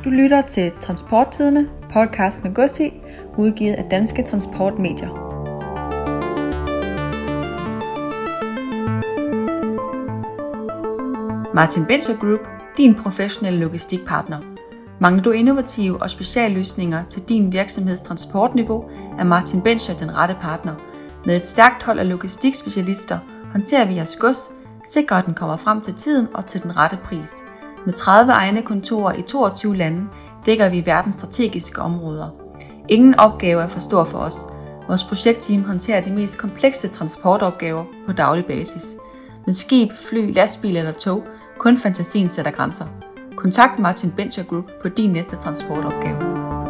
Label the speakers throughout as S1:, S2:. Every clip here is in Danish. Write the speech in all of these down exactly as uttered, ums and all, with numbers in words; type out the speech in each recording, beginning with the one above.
S1: Du lytter til Transporttidene, podcast med gods i, udgivet af Danske Transportmedier. Martin Bencher Group, din professionelle logistikpartner. Mangler du innovative og specialløsninger til din virksomheds transportniveau, er Martin Bencher den rette partner. Med et stærkt hold af logistikspecialister håndterer vi jeres gods, sikrer at den kommer frem til tiden og til den rette pris. Med tredive egne kontorer i toogtyve lande dækker vi verdens strategiske områder. Ingen opgave er for stor for os. Vores projektteam håndterer de mest komplekse transportopgaver på daglig basis. Med skib, fly, lastbil eller tog, kun fantasien sætter grænser. Kontakt Martin Bencher Group på din næste transportopgave.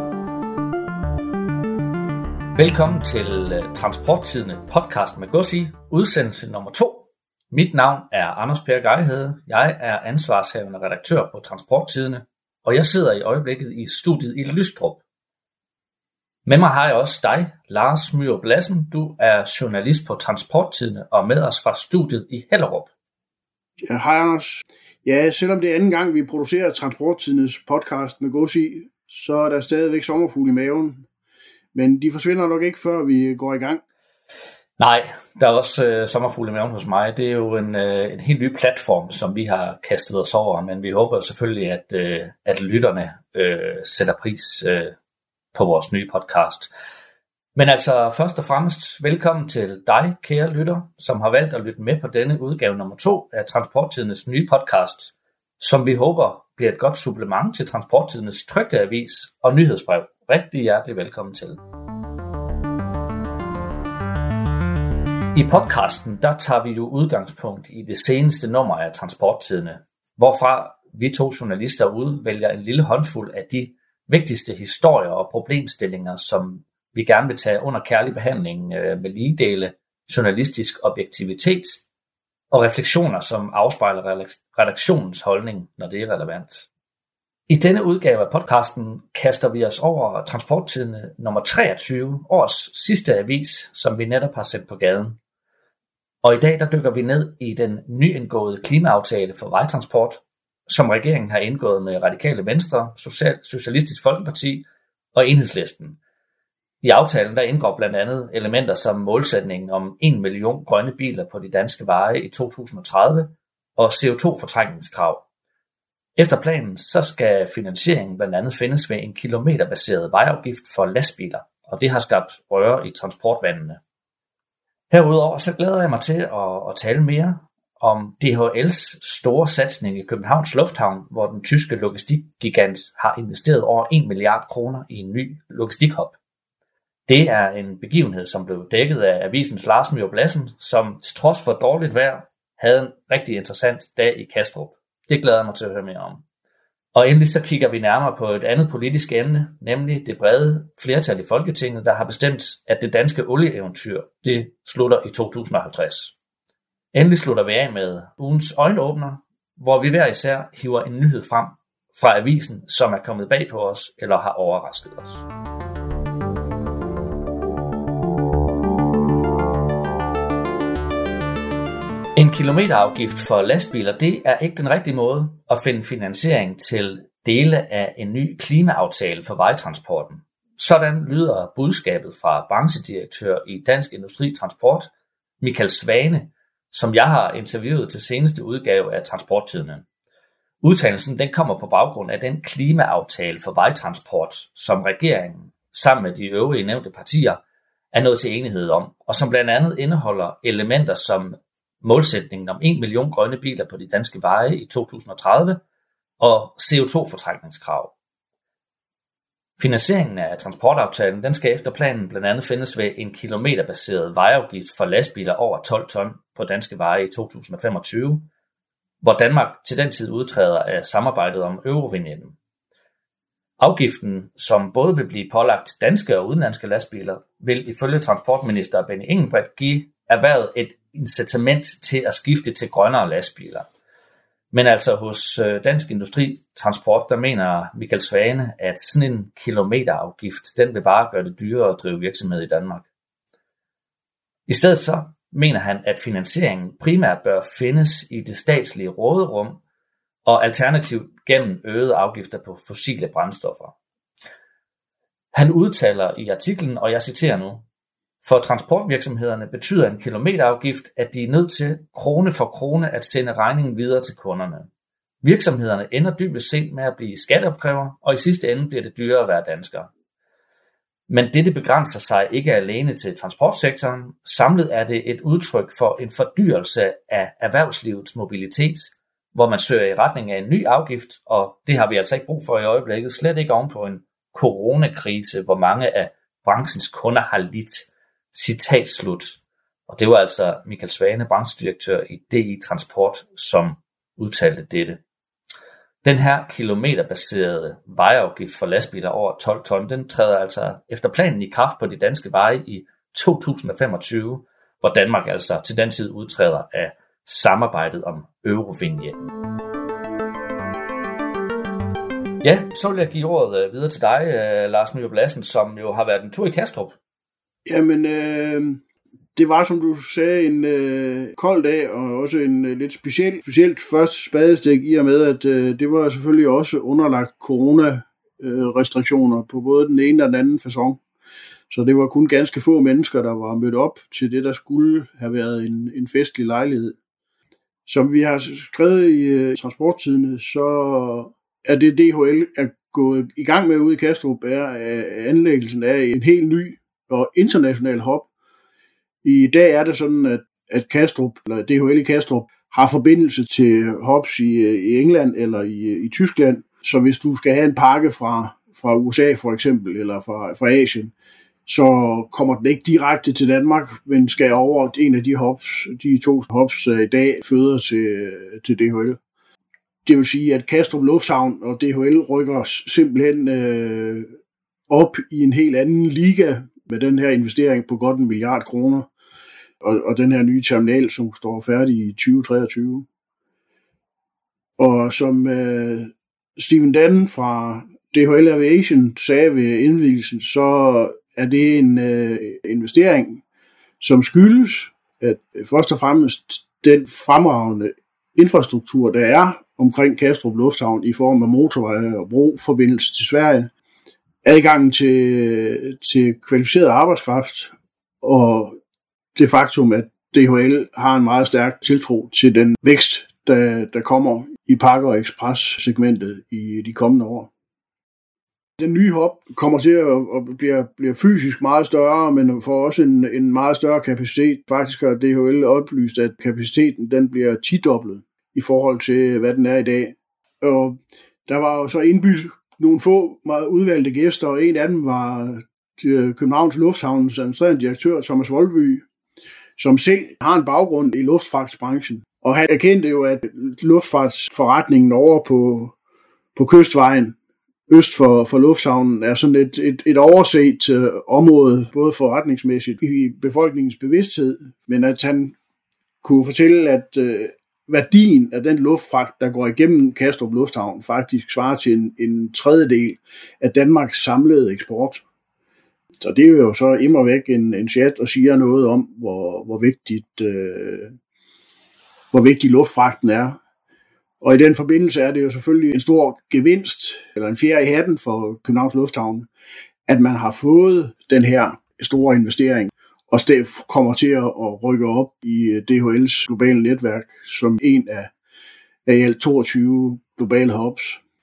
S2: Velkommen til Transporttidene podcast med gods i, udsendelse nummer to. Mit navn er Anders Per Geihede. Jeg er ansvarshavende redaktør på Transporttidene, og jeg sidder i øjeblikket i studiet i Lystrup. Med mig har jeg også dig, Lars Myrup Lassen. Du er journalist på Transporttidene og med os fra studiet i Hellerup.
S3: Ja, hej Anders. Ja, selvom det er anden gang, vi producerer Transporttidenes podcast med gods i, så er der stadigvæk sommerfugle i maven. Men de forsvinder nok ikke, før vi går i gang.
S2: Nej, der er også øh, sommerfugle i maven hos mig. Det er jo en, øh, en helt ny platform, som vi har kastet os over, men vi håber selvfølgelig, at, øh, at lytterne øh, sætter pris øh, på vores nye podcast. Men altså først og fremmest velkommen til dig, kære lytter, som har valgt at lytte med på denne udgave nummer to af Transporttidenes nye podcast, som vi håber bliver et godt supplement til Transporttidenes trykte avis og nyhedsbrev. Rigtig hjertelig velkommen til. I podcasten der tager vi jo udgangspunkt i det seneste nummer af Transporttidene, hvorfra vi to journalister udvælger en lille håndfuld af de vigtigste historier og problemstillinger, som vi gerne vil tage under kærlig behandling med ligedele, journalistisk objektivitet og refleksioner, som afspejler redaktionens holdning, når det er relevant. I denne udgave af podcasten kaster vi os over Transporttidene nummer treogtyve, årets sidste avis, som vi netop har sendt på gaden. Og i dag der dykker vi ned i den nyindgåede klimaaftale for vejtransport, som regeringen har indgået med Radikale Venstre, Social, Socialistisk Folkeparti og Enhedslisten. I aftalen der indgår blandt andet elementer som målsætningen om en million grønne biler på de danske veje i to tusind og tredive og C O to fortrængningskrav. Efter planen så skal finansieringen blandt andet findes ved en kilometerbaseret vejafgift for lastbiler, og det har skabt røre i transportvandene. Herudover så glæder jeg mig til at, at tale mere om D H L's store satsning i Københavns Lufthavn, hvor den tyske logistikgigant har investeret over en milliard kroner i en ny logistikhub. Det er en begivenhed, som blev dækket af avisens Lars Myrup Lassen, som til trods for dårligt vejr havde en rigtig interessant dag i Kastrup. Det glæder jeg mig til at høre mere om. Og endelig så kigger vi nærmere på et andet politisk emne, nemlig det brede flertal i Folketinget, der har bestemt, at det danske olieeventyr det slutter i to tusind og halvtreds. Endelig slutter vi af med ugens øjenåbner, hvor vi hver især hiver en nyhed frem fra avisen, som er kommet bag på os eller har overrasket os. En kilometerafgift for lastbiler, det er ikke den rigtige måde at finde finansiering til dele af en ny klimaaftale for vejtransporten. Sådan lyder budskabet fra branchedirektør i Dansk Industri Transport, Michael Svane, som jeg har interviewet til seneste udgave af Transporttidene. Udtalelsen den kommer på baggrund af den klimaaftale for vejtransport, som regeringen sammen med de øvrige nævnte partier er nået til enighed om, og som blandt andet indeholder elementer som målsætningen om en million grønne biler på de danske veje i to tusind og tredive og C O to fortrængningskrav. Finansieringen af transportaftalen den skal efter planen blandt andet findes ved en kilometerbaseret vejafgift for lastbiler over tolv ton på danske veje i to tusind og femogtyve, hvor Danmark til den tid udtræder af samarbejdet om Eurovignetten. Afgiften, som både vil blive pålagt danske og udenlandske lastbiler, vil ifølge transportminister Benny Engelbrecht give erhvervet et incitament til at skifte til grønnere lastbiler. Men altså hos Dansk Industri Transport, der mener Michael Svane, at sådan en kilometerafgift, den vil bare gøre det dyrere at drive virksomhed i Danmark. I stedet så mener han, at finansieringen primært bør findes i det statslige råderum, og alternativt gennem øgede afgifter på fossile brændstoffer. Han udtaler i artiklen, og jeg citerer nu: For transportvirksomhederne betyder en kilometerafgift, at de er nødt til krone for krone at sende regningen videre til kunderne. Virksomhederne ender dybest set med at blive skatteopkræver, og i sidste ende bliver det dyrere at være dansker. Men dette begrænser sig ikke alene til transportsektoren. Samlet er det et udtryk for en fordyrelse af erhvervslivets mobilitet, hvor man søger i retning af en ny afgift, og det har vi altså ikke brug for i øjeblikket, slet ikke oven på en coronakrise, hvor mange af branchens kunder har lidt. Citat slut. Og det var altså Michael Svane, branchedirektør i D I Transport, som udtalte dette. Den her kilometerbaserede vejafgift for lastbiler over tolv ton, den træder altså efter planen i kraft på de danske veje i to tusind og femogtyve, hvor Danmark altså til den tid udtræder af samarbejdet om Eurovignetten. Ja, så vil jeg give ordet videre til dig, Lars Nyrup Lassen, som jo har været en tur i Kastrup.
S3: Jamen, øh, det var, som du sagde, en øh, kold dag, og også en øh, lidt speciel, specielt første spadestik, i og med, at øh, det var selvfølgelig også underlagt corona-restriktioner på både den ene og den anden facon. Så det var kun ganske få mennesker, der var mødt op til det, der skulle have været en, en festlig lejlighed. Som vi har skrevet i øh, Transporttidene, så er det D H L er gået i gang med ude i Kastrup, er øh, anlæggelsen af en helt ny og international hub. I dag er det sådan, at, at Kastrup, eller D H L i Kastrup, har forbindelse til hubs i, i England eller i, i Tyskland. Så hvis du skal have en pakke fra, fra U S A for eksempel, eller fra, fra Asien, så kommer den ikke direkte til Danmark, men skal over en af de hubs, de to hubs i dag føder til, til D H L. Det vil sige, at Kastrup Lufthavn og D H L rykker simpelthen øh, op i en helt anden liga med den her investering på godt en milliard kroner, og, og den her nye terminal, som står færdig i tyve treogtyve. Og som øh, Steven Dannen fra D H L Aviation sagde ved indvielsen, så er det en øh, investering, som skyldes, at først og fremmest den fremragende infrastruktur, der er omkring Kastrup Lufthavn i form af motorveje og broforbindelse til Sverige, adgangen til, til kvalificeret arbejdskraft og det faktum, at D H L har en meget stærk tiltro til den vækst, der, der kommer i pakke- og ekspres-segmentet i de kommende år. Den nye hub kommer til at, at blive, blive fysisk meget større, men får også en, en meget større kapacitet. Faktisk har D H L oplyst, at kapaciteten den bliver tidoblet i forhold til, hvad den er i dag. Og der var jo så indbygget nogle få meget udvalgte gæster, og en af dem var Københavns Lufthavns administrerende direktør, Thomas Voldby, som selv har en baggrund i luftfartsbranchen. Og han erkendte jo, at luftfartsforretningen over på, på kystvejen, øst for, for lufthavnen, er sådan et, et, et overset øh, område, både forretningsmæssigt i befolkningens bevidsthed, men at han kunne fortælle, at øh, værdien af den luftfragt, der går igennem Kastrup Lufthavn, faktisk svarer til en, en tredjedel af Danmarks samlede eksport. Så det er jo så immer væk en, en chat og siger noget om, hvor, hvor, vigtigt, øh, hvor vigtig luftfragten er. Og i den forbindelse er det jo selvfølgelig en stor gevinst, eller en fjerde i hatten for Københavns Lufthavn, at man har fået den her store investering, og kommer til at rykke op i D H L's globale netværk som en af, af i alt toogtyve globale hubs.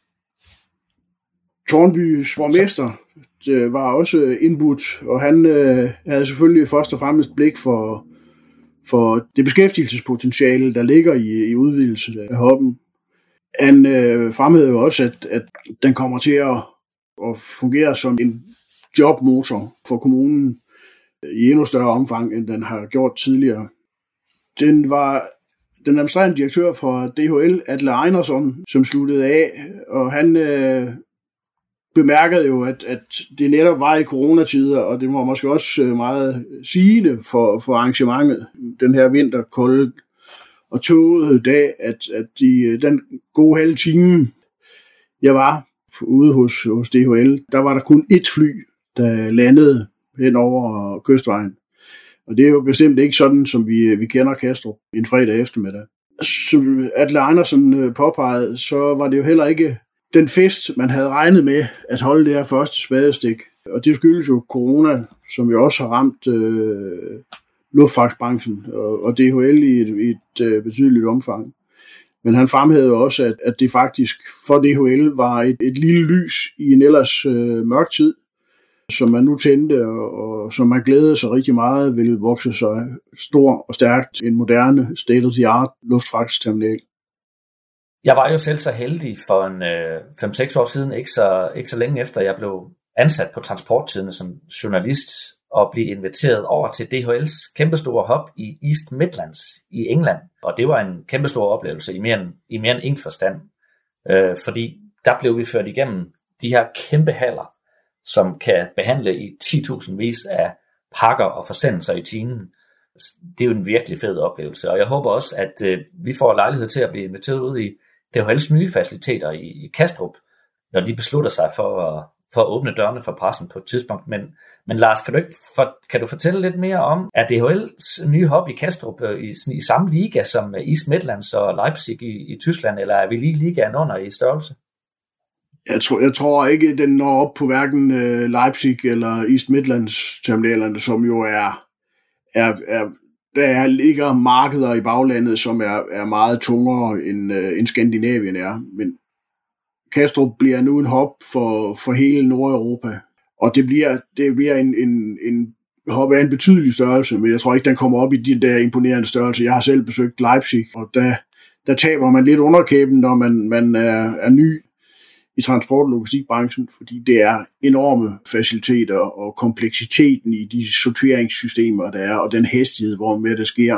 S3: Tårnbys borgmester var også indbudt, og han øh, havde selvfølgelig først og fremmest blik for, for det beskæftigelsespotentiale, der ligger i, i udvidelsen af hubben. Han øh, fremhævede jo også, at, at den kommer til at, at fungere som en jobmotor for kommunen i endnu større omfang, end den har gjort tidligere. Den var den administrerende direktør for D H L, Atle Einarsson, som sluttede af, og han øh, bemærkede jo, at, at det netop var i coronatider, og det var måske også meget sigende for, for arrangementet, den her vinterkolde og tågede dag, at, at de, den gode halve time, jeg var ude hos, hos D H L, der var der kun ét fly, der landede hen over kystvejen. Og det er jo bestemt ikke sådan, som vi, vi kender Kastrup en fredag eftermiddag. som Atle Andersen påpegede, så var det jo heller ikke den fest, man havde regnet med at holde det her første spadestik. Og det skyldes jo corona, som jo også har ramt øh, luftfartsbranchen og, og D H L i et, i et øh, betydeligt omfang. Men han fremhævede også, at, at det faktisk for D H L var et, et lille lys i en ellers øh, mørk tid, som man nu tændte, og, og som man glædede sig rigtig meget, vil vokse sig stor og stærkt en moderne state-of-the-art luftfartsterminal.
S2: Jeg var jo selv så heldig for en øh, fem seks år siden, ikke så, ikke så længe efter jeg blev ansat på Transporttidene som journalist, og blive inviteret over til D H L's kæmpestore hub i East Midlands i England. Og det var en kæmpestor oplevelse i mere end, i mere end en forstand, øh, fordi der blev vi ført igennem de her kæmpe haller, som kan behandle i ti tusind vis af pakker og forsendelser i timen. Det er jo en virkelig fed oplevelse, og jeg håber også, at øh, vi får lejlighed til at blive inviteret ud i D H L's nye faciliteter i, i Kastrup, når de beslutter sig for at, for at åbne dørene for pressen på et tidspunkt. Men, men Lars, kan du, ikke for, kan du fortælle lidt mere om, er D H L's nye hub i Kastrup øh, i, i samme liga som East Midlands og Leipzig i, i Tyskland, eller er vi lige ligaen under i størrelse?
S3: Jeg tror, jeg tror ikke, den når op på hverken øh, Leipzig eller East Midlands terminalerne, som jo er, er, er der ligger markeder i baglandet, som er, er meget tungere end, øh, end Skandinavien er. Men Kastrup bliver nu en hub for, for hele Nordeuropa, og det bliver, det bliver en, en, en hub af en betydelig størrelse, men jeg tror ikke, den kommer op i de der imponerende størrelse. Jeg har selv besøgt Leipzig, og der, der taber man lidt underkæben, når man, man er, er ny i transport- og logistikbranchen, fordi det er enorme faciliteter og kompleksiteten i de sorteringssystemer, der er, og den hastighed, hvormed det sker,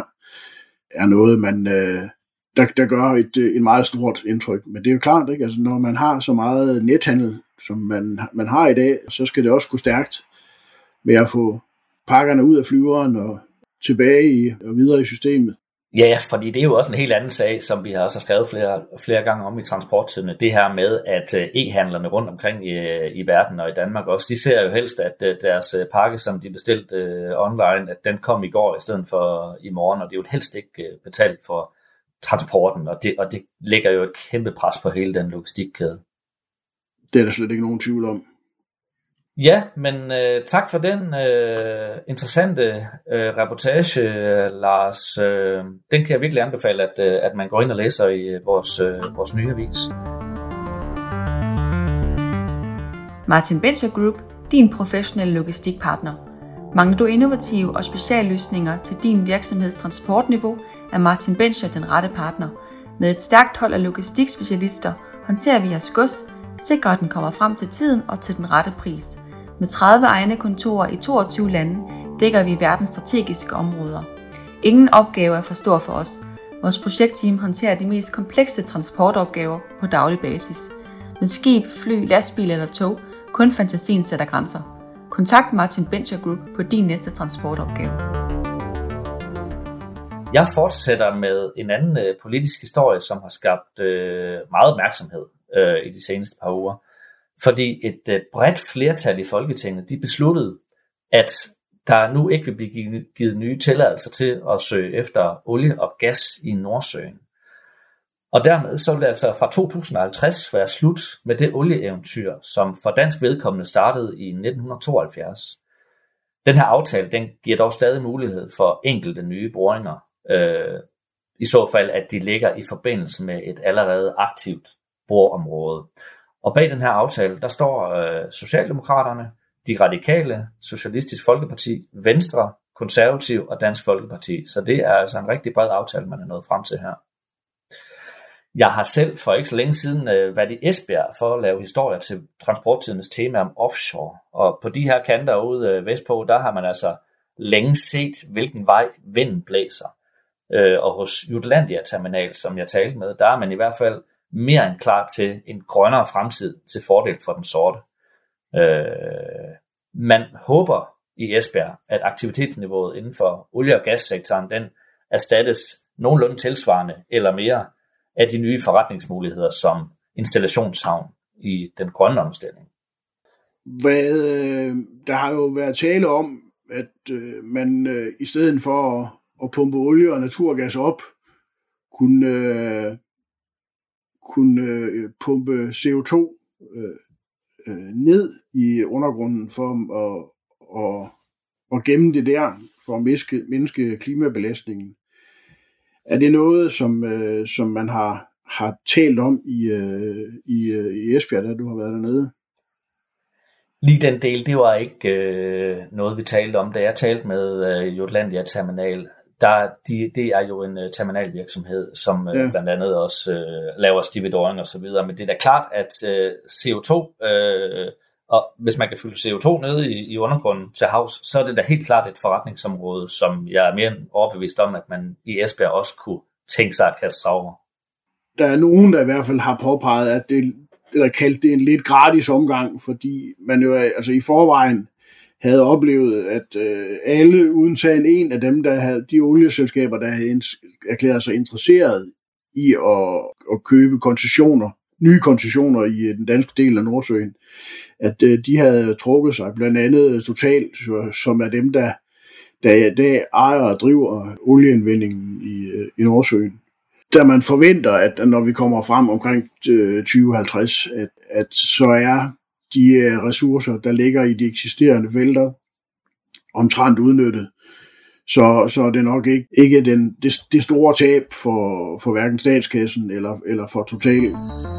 S3: er noget, man, øh, der, der gør et, et meget stort indtryk. Men det er jo klart, ikke? Altså, når man har så meget nethandel, som man, man har i dag, så skal det også gå stærkt med at få pakkerne ud af flyveren og tilbage i, og videre i systemet.
S2: Ja, fordi det er jo også en helt anden sag, som vi har også skrevet flere, flere gange om i Transporttidene. Det her med, at e-handlerne rundt omkring i, i verden og i Danmark også, de ser jo helst, at deres pakke, som de bestilte online, at den kom i går i stedet for i morgen, og det er jo helst ikke betalt for transporten, og det, og det lægger jo et kæmpe pres på hele den logistikkæde.
S3: Det er der slet ikke nogen tvivl om.
S2: Ja, men øh, tak for den øh, interessante øh, reportage, Lars. Øh, den kan jeg virkelig anbefale, at, øh, at man går ind og læser i øh, vores, øh, vores nye avis.
S1: Martin Bencher Group, din professionelle logistikpartner. Mangler du innovative og specialløsninger til din virksomheds transportniveau, er Martin Bencher den rette partner. Med et stærkt hold af logistikspecialister håndterer vi jeres gods, sikrer at den kommer frem til tiden og til den rette pris. Med tredive egne kontorer i toogtyve lande dækker vi verdens strategiske områder. Ingen opgave er for stor for os. Vores projektteam håndterer de mest komplekse transportopgaver på daglig basis. Med skib, fly, lastbil eller tog, kun fantasien sætter grænser. Kontakt Martin Bencher Group på din næste transportopgave.
S2: Jeg fortsætter med en anden øh, politisk historie, som har skabt øh, meget opmærksomhed øh, i de seneste par uger. Fordi et øh, bredt flertal i Folketinget, de besluttede, at der nu ikke vil blive givet nye tilladelser til at søge efter olie og gas i Nordsøen. Og dermed så vil det altså fra to tusind og halvtreds være slut med det olieeventyr, som for dansk vedkommende startede i nitten tooghalvfjerds. Den her aftale, den giver dog stadig mulighed for enkelte nye boringer, øh, i så fald at de ligger i forbindelse med et allerede aktivt borområde. Og bag den her aftale, der står øh, Socialdemokraterne, De Radikale, Socialistisk Folkeparti, Venstre, Konservativ og Dansk Folkeparti. Så det er altså en rigtig bred aftale, man er nået frem til her. Jeg har selv for ikke så længe siden øh, været i Esbjerg for at lave historier til Transporttidens tema om offshore. Og på de her kanter ude øh, vestpå, der har man altså længe set, hvilken vej vinden blæser. Øh, og hos Jutlandia Terminal, som jeg talte med, der er man i hvert fald mere end klar til en grønnere fremtid til fordel for den sorte. Øh, man håber i Esbjerg, at aktivitetsniveauet inden for olie- og gassektoren, den erstattes nogenlunde tilsvarende eller mere af de nye forretningsmuligheder som installationshavn i den grønne omstilling.
S3: Hvad, der har jo været tale om, at øh, man øh, i stedet for at, at pumpe olie og naturgas op kunne, øh, kunne øh, pumpe C O to øh, øh, ned i undergrunden for at, at, at gemme det der, for at mindske, mindske klimabelastningen. Er det noget, som, øh, som man har, har talt om i, øh, i, i Esbjerg, da du har været dernede?
S2: Lige den del, det var ikke øh, noget, vi talte om. Da jeg talte med øh, Jutlandia Terminal, der, de, det er jo en uh, terminalvirksomhed, som uh, ja. blandt andet også uh, laver stividøring og så videre. Men det er da klart, at uh, C O to, uh, og hvis man kan fylde C O to nede i, i undergrunden til havs, så er det da helt klart et forretningsområde, som jeg er mere overbevist om, at man i Esbjerg også kunne tænke sig at kaste sig over.
S3: Der er nogen, der i hvert fald har påpeget, at det, eller kaldt det en lidt gratis omgang, fordi man jo altså i forvejen havde oplevet, at øh, alle undtagen en af dem, der havde, de olieselskaber, der havde erklæret sig interesseret i at, at købe koncessioner, nye koncessioner i den danske del af Nordsøen, at øh, de havde trukket sig, blandt andet Total, som er dem, der, der, der ejer og driver olieindvindingen i, i Nordsøen. Da man forventer, at når vi kommer frem omkring tyve halvtreds, at, at så er de ressourcer, der ligger i de eksisterende felter, omtrent udnyttet. Så, så er det nok ikke, ikke den, det, det store tab for, for hverken statskassen eller, eller for Total.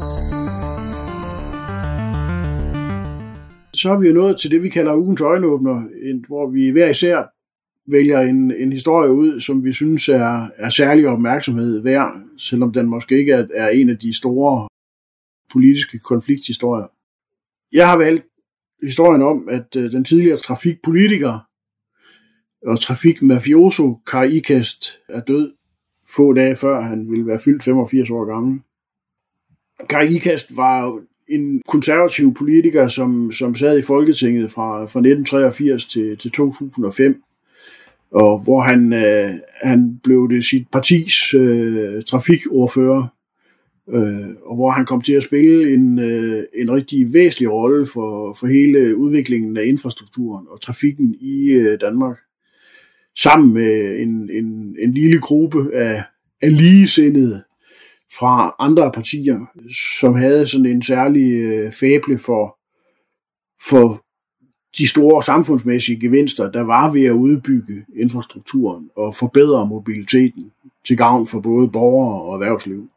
S3: Så er vi jo nået til det, vi kalder ugens øjenåbner, hvor vi hver især vælger en, en historie ud, som vi synes er, er særlig opmærksomhed værd, selvom den måske ikke er, er en af de store politiske konflikthistorier. Jeg har valgt historien om, at øh, den tidligere trafikpolitiker og trafikmafioso Kari Ikast er død få dage før han ville være fyldt femogfirs år gammel. Kari Ikast var en konservativ politiker, som, som sad i Folketinget fra, fra nitten treogfirs til, til to tusind og fem, og hvor han, øh, han blev det sit partis øh, trafikordfører, øh, og hvor han kom til at spille en, øh, en rigtig væsentlig rolle for, for hele udviklingen af infrastrukturen og trafikken i øh, Danmark, sammen med en, en, en lille gruppe af, af ligesindede fra andre partier, som havde sådan en særlig øh, fæble for, for de store samfundsmæssige gevinster, der var ved at udbygge infrastrukturen og forbedre mobiliteten til gavn for både borgere og erhvervsliv.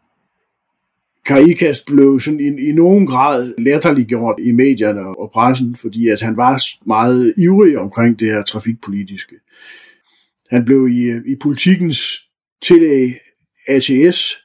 S3: Kari Ikast blev sådan i, i nogen grad latterliggjort i medierne og pressen, fordi at han var meget ivrig omkring det her trafikpolitiske. Han blev i, i Politikens tillæg A T S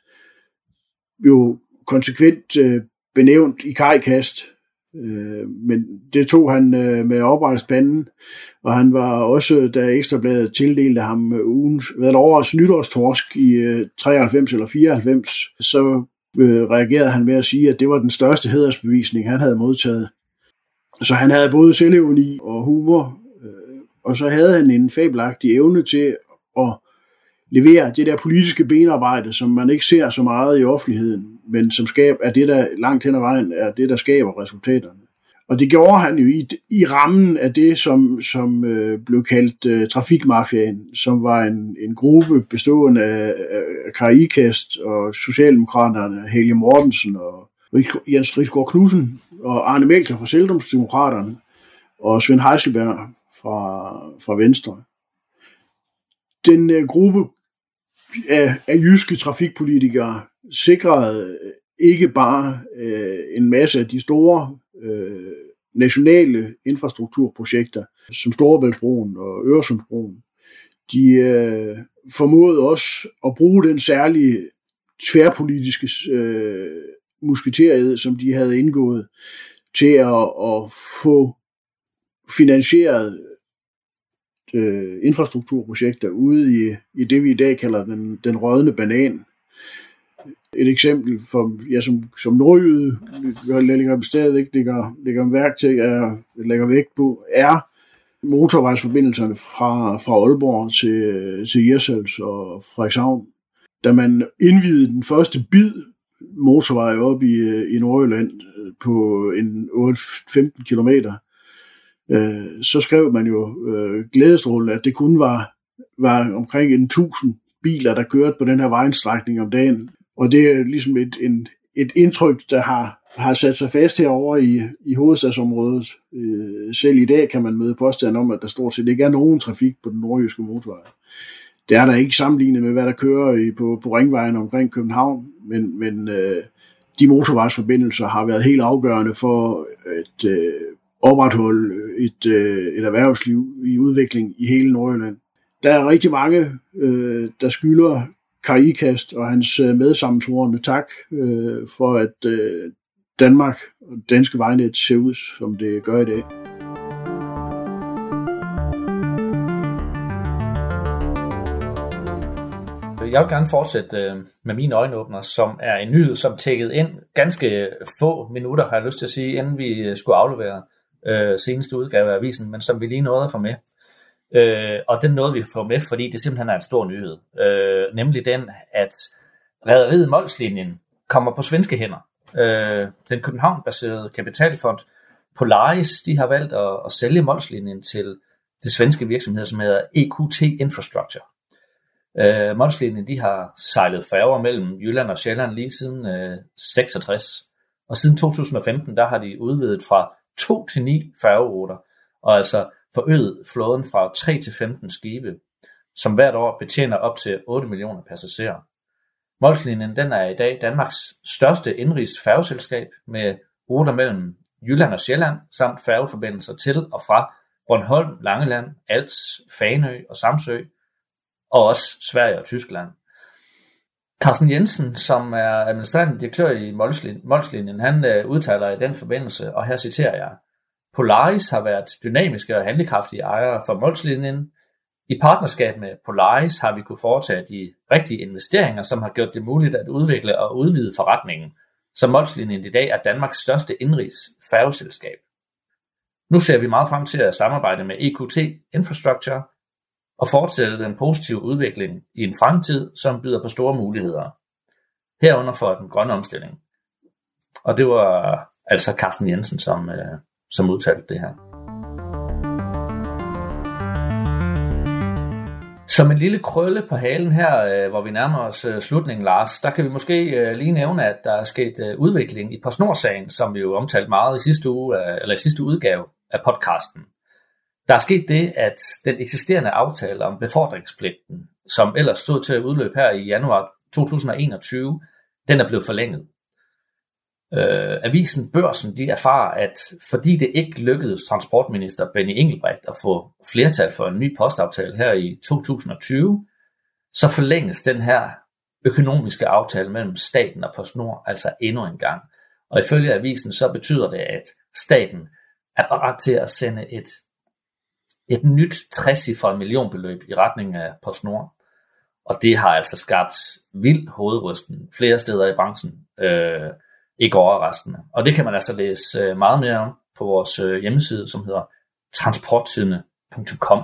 S3: jo konsekvent øh, benævnt i Karikast, øh, men det tog han øh, med oprejst panden, og han var også, da Ekstrabladet tildelte ham ugens, hvad der årets nytårstorsk i øh, treoghalvfems eller fireoghalvfems, så øh, reagerede han med at sige, at det var den største hædersbevisning, han havde modtaget. Så han havde både selvironi og humor, øh, og så havde han en fabelagtig evne til at levere det der politiske benarbejde, som man ikke ser så meget i offentligheden, men som skaber, er det, der langt hen ad vejen er det, der skaber resultaterne. Og det gjorde han jo i, i rammen af det, som, som øh, blev kaldt øh, trafikmafiaen, som var en, en gruppe bestående af, af Kari Ikast og Socialdemokraterne, Helge Mortensen og Jens Riisgaard Knudsen og Arne Melchior fra Selvdomsdemokraterne og Svend Heiselberg fra, fra Venstre. Den øh, gruppe af, af jyske trafikpolitikere sikrede ikke bare øh, en masse af de store øh, nationale infrastrukturprojekter, som Storebæltsbroen og Øresundsbroen. De øh, formåede også at bruge den særlige tværpolitiske øh, musketeriet, som de havde indgået, til at, at få finansieret øh, infrastrukturprojekter ude i, i det, vi i dag kalder den, den rådne banan. Et eksempel, for, ja, som, som nordjyde, jeg lægger stadigvæk lægger, lægger værk til, er, lægger vægt på, er motorvejsforbindelserne fra, fra Aalborg til, til Hirtshals og Frederikshavn. Da man indvidede den første bid motorvej op i, i Nordjylland på en otte til femten kilometer, øh, så skrev man jo øh, glædestrålende, at det kun var, var omkring en tusind biler, der kørte på den her vejstrækning om dagen. Og det er ligesom et, en, et indtryk, der har, har sat sig fast herovre i, i hovedstadsområdet. Øh, selv i dag kan man møde påstand om, at der stort set ikke er nogen trafik på den nordjyske motorvej. Det er der ikke sammenlignet med, hvad der kører i, på, på ringvejen omkring København, men, men øh, de motorvejsforbindelser har været helt afgørende for at øh, opretholde et, øh, et erhvervsliv i udvikling i hele Nordjylland. Der er rigtig mange, øh, der skylder Kai Ikast og hans øh, medsammensvorne tak øh, for, at øh, Danmark og danske vejnet ser ud, som det gør i dag.
S2: Jeg vil gerne fortsætte med mine øjenåbner, som er en nyhed, som tækkede ind ganske få minutter, har jeg lyst til at sige, inden vi skulle aflevere øh, seneste udgave af avisen, men som vi lige nåede at få med. Øh, og den nåede vi at få med, fordi det simpelthen er en stor nyhed. Øh, nemlig den, at rederiet Molslinjen kommer på svenske hænder. Øh, den København-baserede kapitalfond Polaris, de har valgt at, at sælge Molslinjen til det svenske virksomhed, som hedder E Q T Infrastructure. Uh, Molslinjen, de har sejlet færger mellem Jylland og Sjælland lige siden uh, seksogtres, og siden to tusind og femten, der har de udvidet fra to til ni færgeruter, og altså forøget flåden fra tre til femten skibe, som hvert år betjener op til otte millioner passagerer. Molslinjen, den er i dag Danmarks største indrigs færgeselskab med ruter mellem Jylland og Sjælland, samt færgeforbindelser til og fra Bornholm, Langeland, Als, Fanø og Samsø, og også Sverige og Tyskland. Carsten Jensen, som er administrerende direktør i Molslinjen, han øh, udtaler i den forbindelse, og her citerer jeg: Polaris har været dynamiske og handlekraftige ejere for Molslinjen. I partnerskab med Polaris har vi kunne foretage de rigtige investeringer, som har gjort det muligt at udvikle og udvide forretningen, så Molslinjen i dag er Danmarks største indrigs færgeselskab. Nu ser vi meget frem til at samarbejde med E Q T Infrastructure og fortsætte den positive udvikling i en fremtid, som byder på store muligheder. Herunder for den grønne omstilling. Og det var altså Carsten Jensen, som, øh, som udtalte det her. Som en lille krølle på halen her, øh, hvor vi nærmer os øh, slutningen, Lars, der kan vi måske øh, lige nævne, at der er sket øh, udvikling i PostNord-sagen, som vi jo omtalte meget i sidste uge, øh, eller i sidste udgave af podcasten. Der er sket det, at den eksisterende aftale om befordringspligten, som ellers stod til at udløbe her i januar to tusind og enogtyve, den er blevet forlænget. Øh, avisen Børsen, de erfarer, at fordi det ikke lykkedes transportminister Benny Engelbrecht at få flertal for en ny postaftale her i to tusind og tyve, så forlænges den her økonomiske aftale mellem staten og PostNord altså endnu en gang. Og ifølge avisen så betyder det, at staten er parat til at sende et et nyt trecifret millionbeløb i retning af PostNord. Og det har altså skabt vild hovedrysten flere steder i branchen. Øh, ikke overraskende. Og det kan man altså læse øh, meget mere om på vores øh, hjemmeside, som hedder transporttidende punktum com.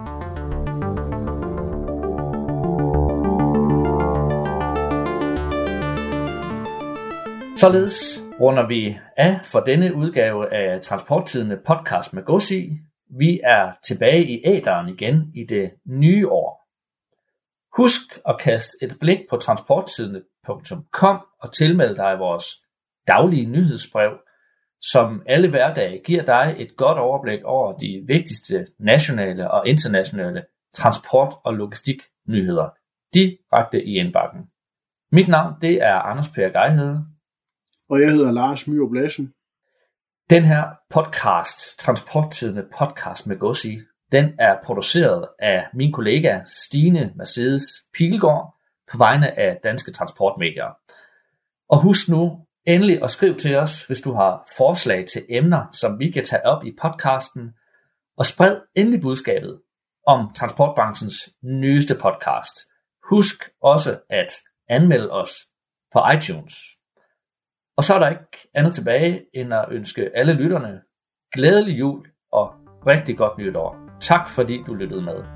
S2: Således runder vi af for denne udgave af Transporttidende podcast med Godsi. Vi er tilbage i æteren igen i det nye år. Husk at kaste et blik på transporttidende punktum com og tilmelde dig vores daglige nyhedsbrev, som alle hverdage giver dig et godt overblik over de vigtigste nationale og internationale transport- og logistiknyheder direkte i indbakken. Mit navn det er Anders Per Geihede.
S3: Og jeg hedder Lars Myrup Lassen.
S2: Den her podcast, Transporttidende podcast med Godsi, den er produceret af min kollega Stine Mercedes Pilgaard på vegne af Danske Transportmedier. Og husk nu endelig at skrive til os, hvis du har forslag til emner, som vi kan tage op i podcasten, og spred endelig budskabet om transportbranchens nyeste podcast. Husk også at anmelde os på iTunes. Og så er der ikke andet tilbage end at ønske alle lytterne glædelig jul og rigtig godt nytår. Tak fordi du lyttede med.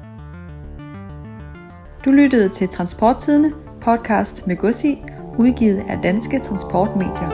S1: Du lyttede til Transporttidende podcast med Godsi, udgivet af Danske Transportmedier.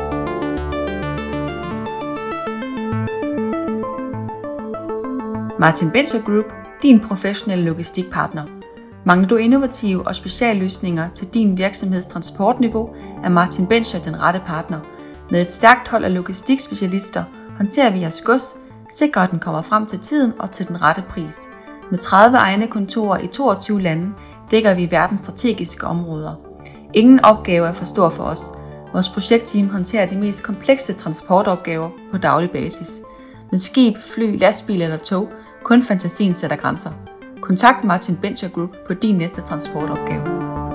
S1: Martin Bencher Group, din professionelle logistikpartner. Mangler du innovative og specialløsninger til din virksomheds transportniveau, er Martin Bencher den rette partner. Med et stærkt hold af logistikspecialister håndterer vi jeres gods, sikrer at den kommer frem til tiden og til den rette pris. Med tredive egne kontorer i toogtyve lande dækker vi verdens strategiske områder. Ingen opgave er for stor for os. Vores projektteam håndterer de mest komplekse transportopgaver på daglig basis. Med skib, fly, lastbil eller tog, kun fantasien sætter grænser. Kontakt Martin Bencher Group på din næste transportopgave.